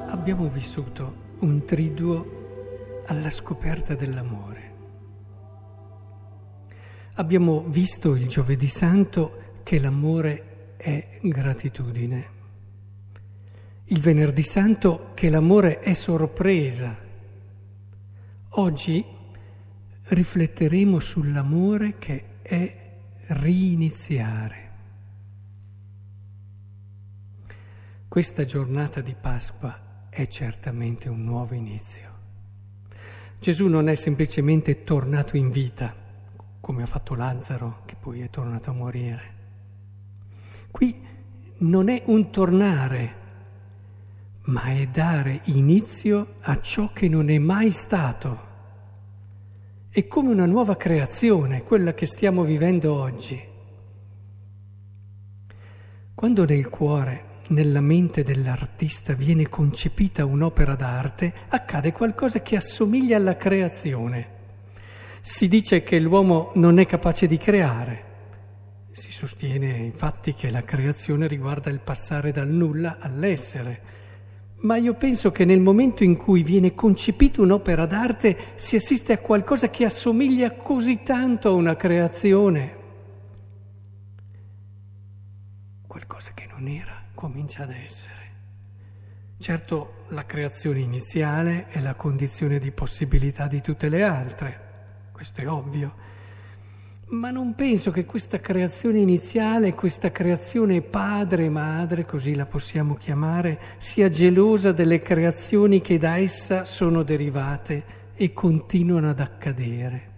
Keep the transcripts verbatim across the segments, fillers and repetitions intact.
Abbiamo vissuto un triduo alla scoperta dell'amore. Abbiamo visto il Giovedì Santo che l'amore è gratitudine. Il Venerdì Santo che l'amore è sorpresa. Oggi rifletteremo sull'amore che è riniziare. Questa giornata di Pasqua è certamente un nuovo inizio. Gesù non è semplicemente tornato in vita, come ha fatto Lazzaro, che poi è tornato a morire. Qui non è un tornare, ma è dare inizio a ciò che non è mai stato. È come una nuova creazione, quella che stiamo vivendo oggi. Quando nel cuore, nella mente dell'artista viene concepita un'opera d'arte, accade qualcosa che assomiglia alla creazione. Si dice che l'uomo non è capace di creare. Si sostiene infatti che la creazione riguarda il passare dal nulla all'essere. Ma io penso che nel momento in cui viene concepita un'opera d'arte si assiste a qualcosa che assomiglia così tanto a una creazione. Qualcosa che non era comincia ad essere. Certo, la creazione iniziale è la condizione di possibilità di tutte le altre, questo è ovvio, ma non penso che questa creazione iniziale, questa creazione padre-madre, così la possiamo chiamare, sia gelosa delle creazioni che da essa sono derivate e continuano ad accadere.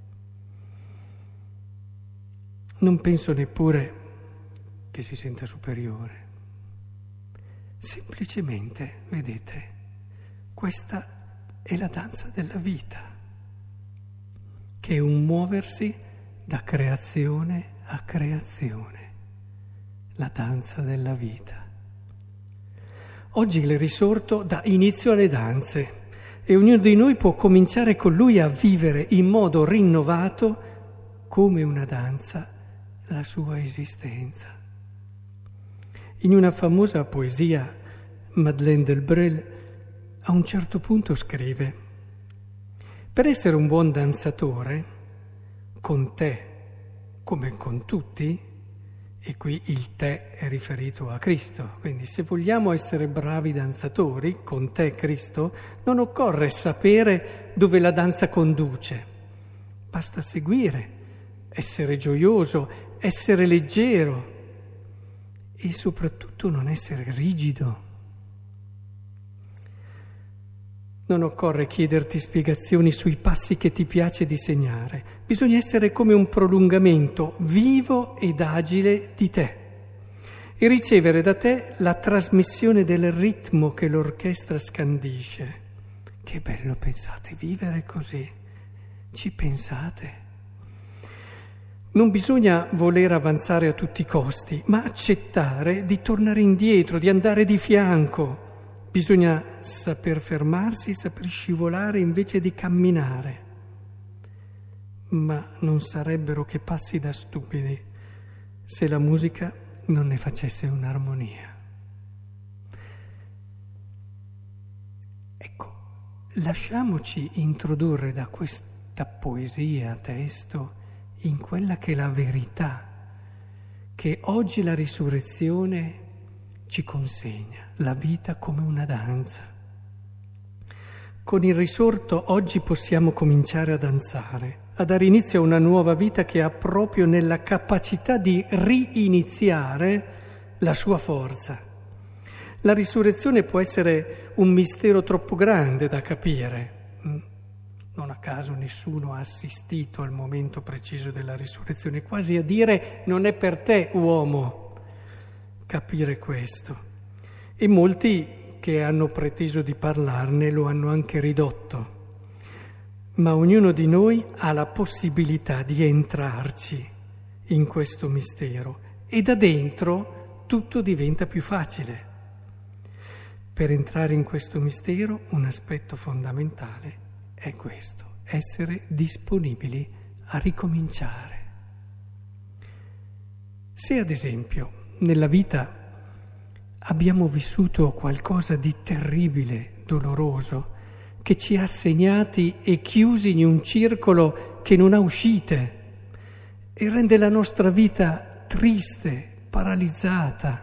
Non penso neppure che si senta superiore. Semplicemente, vedete, questa è la danza della vita, che è un muoversi da creazione a creazione, la danza della vita. Oggi il risorto dà inizio alle danze e ognuno di noi può cominciare con lui a vivere in modo rinnovato, come una danza, la sua esistenza. In una famosa poesia, Madeleine Delbrel a un certo punto scrive: per essere un buon danzatore, con te come con tutti, e qui il te è riferito a Cristo, quindi se vogliamo essere bravi danzatori, con te Cristo, non occorre sapere dove la danza conduce, basta seguire, essere gioioso, essere leggero, e soprattutto non essere rigido. Non occorre chiederti spiegazioni sui passi che ti piace disegnare. Bisogna essere come un prolungamento vivo ed agile di te e ricevere da te la trasmissione del ritmo che l'orchestra scandisce. Che bello, pensate, vivere così. Ci pensate? Non bisogna voler avanzare a tutti i costi, ma accettare di tornare indietro, di andare di fianco. Bisogna saper fermarsi, saper scivolare invece di camminare. Ma non sarebbero che passi da stupidi se la musica non ne facesse un'armonia. Ecco, lasciamoci introdurre da questa poesia, testo, in quella che è la verità che oggi la risurrezione ci consegna, la vita come una danza. Con il risorto oggi possiamo cominciare a danzare, a dare inizio a una nuova vita che ha proprio nella capacità di riiniziare la sua forza. La risurrezione può essere un mistero troppo grande da capire. Non a caso nessuno ha assistito al momento preciso della risurrezione, quasi a dire: non è per te, uomo, capire questo. E molti che hanno preteso di parlarne lo hanno anche ridotto. Ma ognuno di noi ha la possibilità di entrarci in questo mistero e da dentro tutto diventa più facile. Per entrare in questo mistero un aspetto fondamentale è questo, essere disponibili a ricominciare. Se ad esempio nella vita abbiamo vissuto qualcosa di terribile, doloroso, che ci ha segnati e chiusi in un circolo che non ha uscite e rende la nostra vita triste, paralizzata.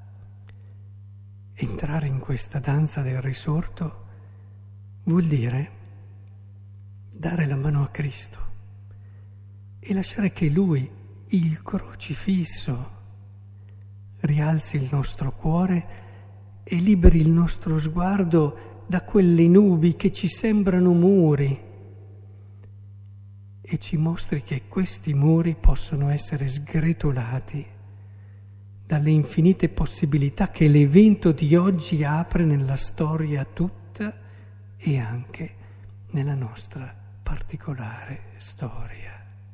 Entrare in questa danza del risorto vuol dire dare la mano a Cristo e lasciare che Lui, il crocifisso, rialzi il nostro cuore e liberi il nostro sguardo da quelle nubi che ci sembrano muri e ci mostri che questi muri possono essere sgretolati dalle infinite possibilità che l'evento di oggi apre nella storia tutta e anche nella nostra particolare storia.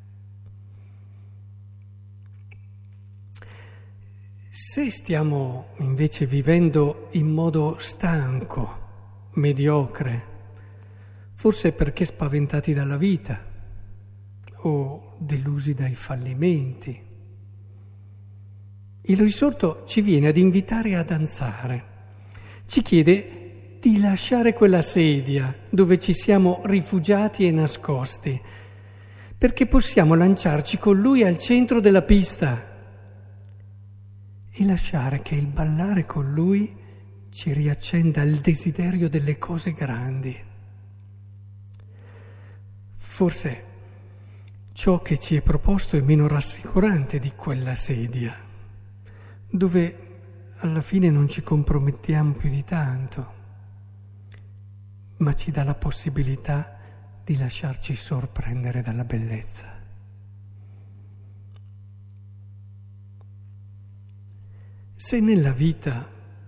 Se stiamo invece vivendo in modo stanco, mediocre, forse perché spaventati dalla vita o delusi dai fallimenti, il risorto ci viene ad invitare a danzare, ci chiede di lasciare quella sedia dove ci siamo rifugiati e nascosti, perché possiamo lanciarci con Lui al centro della pista e lasciare che il ballare con Lui ci riaccenda il desiderio delle cose grandi. Forse ciò che ci è proposto è meno rassicurante di quella sedia, dove alla fine non ci compromettiamo più di tanto, ma ci dà la possibilità di lasciarci sorprendere dalla bellezza. Se nella vita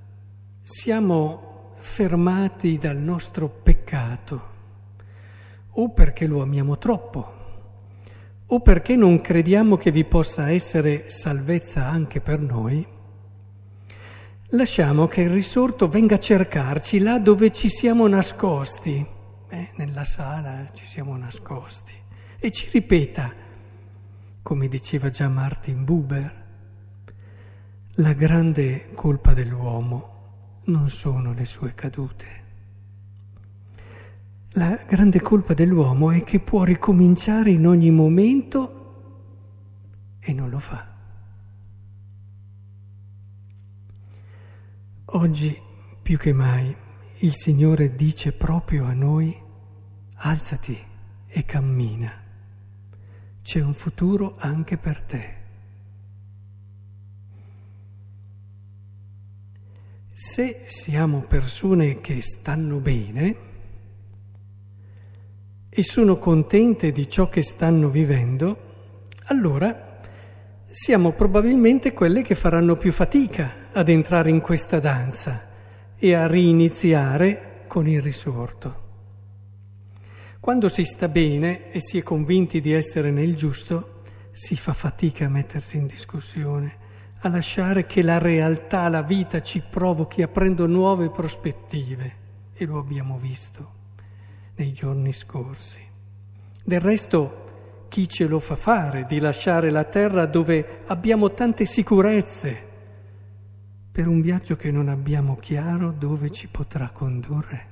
siamo fermati dal nostro peccato, o perché lo amiamo troppo, o perché non crediamo che vi possa essere salvezza anche per noi, lasciamo che il risorto venga a cercarci là dove ci siamo nascosti, eh, nella sala ci siamo nascosti, e ci ripeta, come diceva già Martin Buber, la grande colpa dell'uomo non sono le sue cadute. La grande colpa dell'uomo è che può ricominciare in ogni momento e non lo fa. Oggi, più che mai, il Signore dice proprio a noi: alzati e cammina. C'è un futuro anche per te. Se siamo persone che stanno bene e sono contente di ciò che stanno vivendo, allora siamo probabilmente quelle che faranno più fatica ad entrare in questa danza e a riniziare con il risorto. Quando si sta bene e si è convinti di essere nel giusto, si fa fatica a mettersi in discussione, a lasciare che la realtà, la vita ci provochi aprendo nuove prospettive, e lo abbiamo visto nei giorni scorsi. Del resto, chi ce lo fa fare di lasciare la terra dove abbiamo tante sicurezze per un viaggio che non abbiamo chiaro dove ci potrà condurre?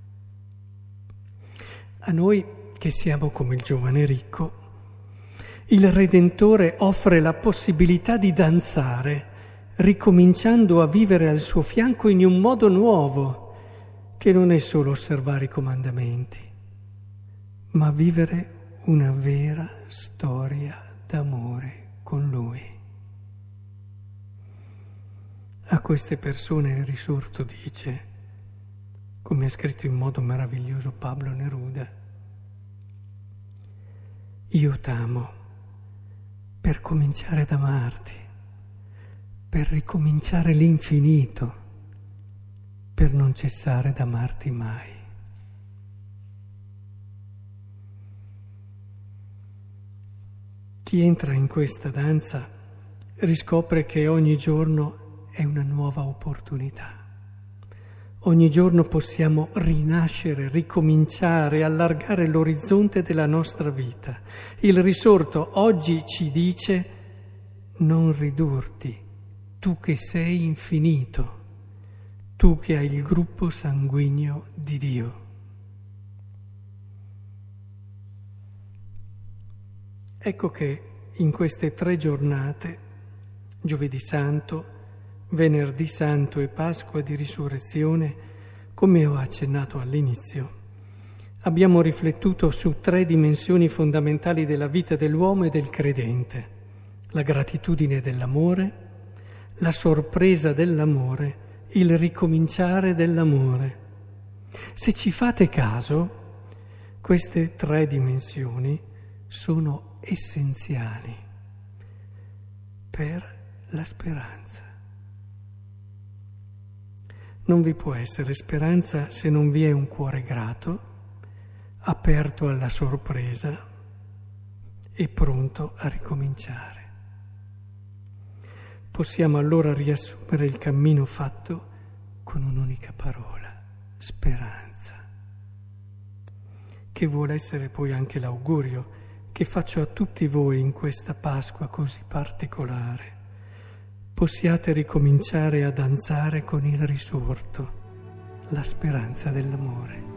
A noi che siamo come il giovane ricco, il Redentore offre la possibilità di danzare, ricominciando a vivere al suo fianco in un modo nuovo, che non è solo osservare i comandamenti, ma vivere una vera storia d'amore con Lui. A queste persone il risorto dice, come ha scritto in modo meraviglioso Pablo Neruda: io t'amo per cominciare ad amarti, per ricominciare l'infinito, per non cessare d'amarti mai. Chi entra in questa danza riscopre che ogni giorno è una nuova opportunità. Ogni giorno possiamo rinascere, ricominciare, allargare l'orizzonte della nostra vita. Il risorto oggi ci dice: non ridurti tu che sei infinito, tu che hai il gruppo sanguigno di Dio. Ecco che in queste tre giornate, Giovedì Santo, Venerdì Santo e Pasqua di Risurrezione, come ho accennato all'inizio, abbiamo riflettuto su tre dimensioni fondamentali della vita dell'uomo e del credente: la gratitudine dell'amore, la sorpresa dell'amore, il ricominciare dell'amore. Se ci fate caso, queste tre dimensioni sono essenziali per la speranza. Non vi può essere speranza se non vi è un cuore grato, aperto alla sorpresa e pronto a ricominciare. Possiamo allora riassumere il cammino fatto con un'unica parola: speranza, che vuole essere poi anche l'augurio che faccio a tutti voi in questa Pasqua così particolare. Possiate ricominciare a danzare con il risorto, la speranza dell'amore.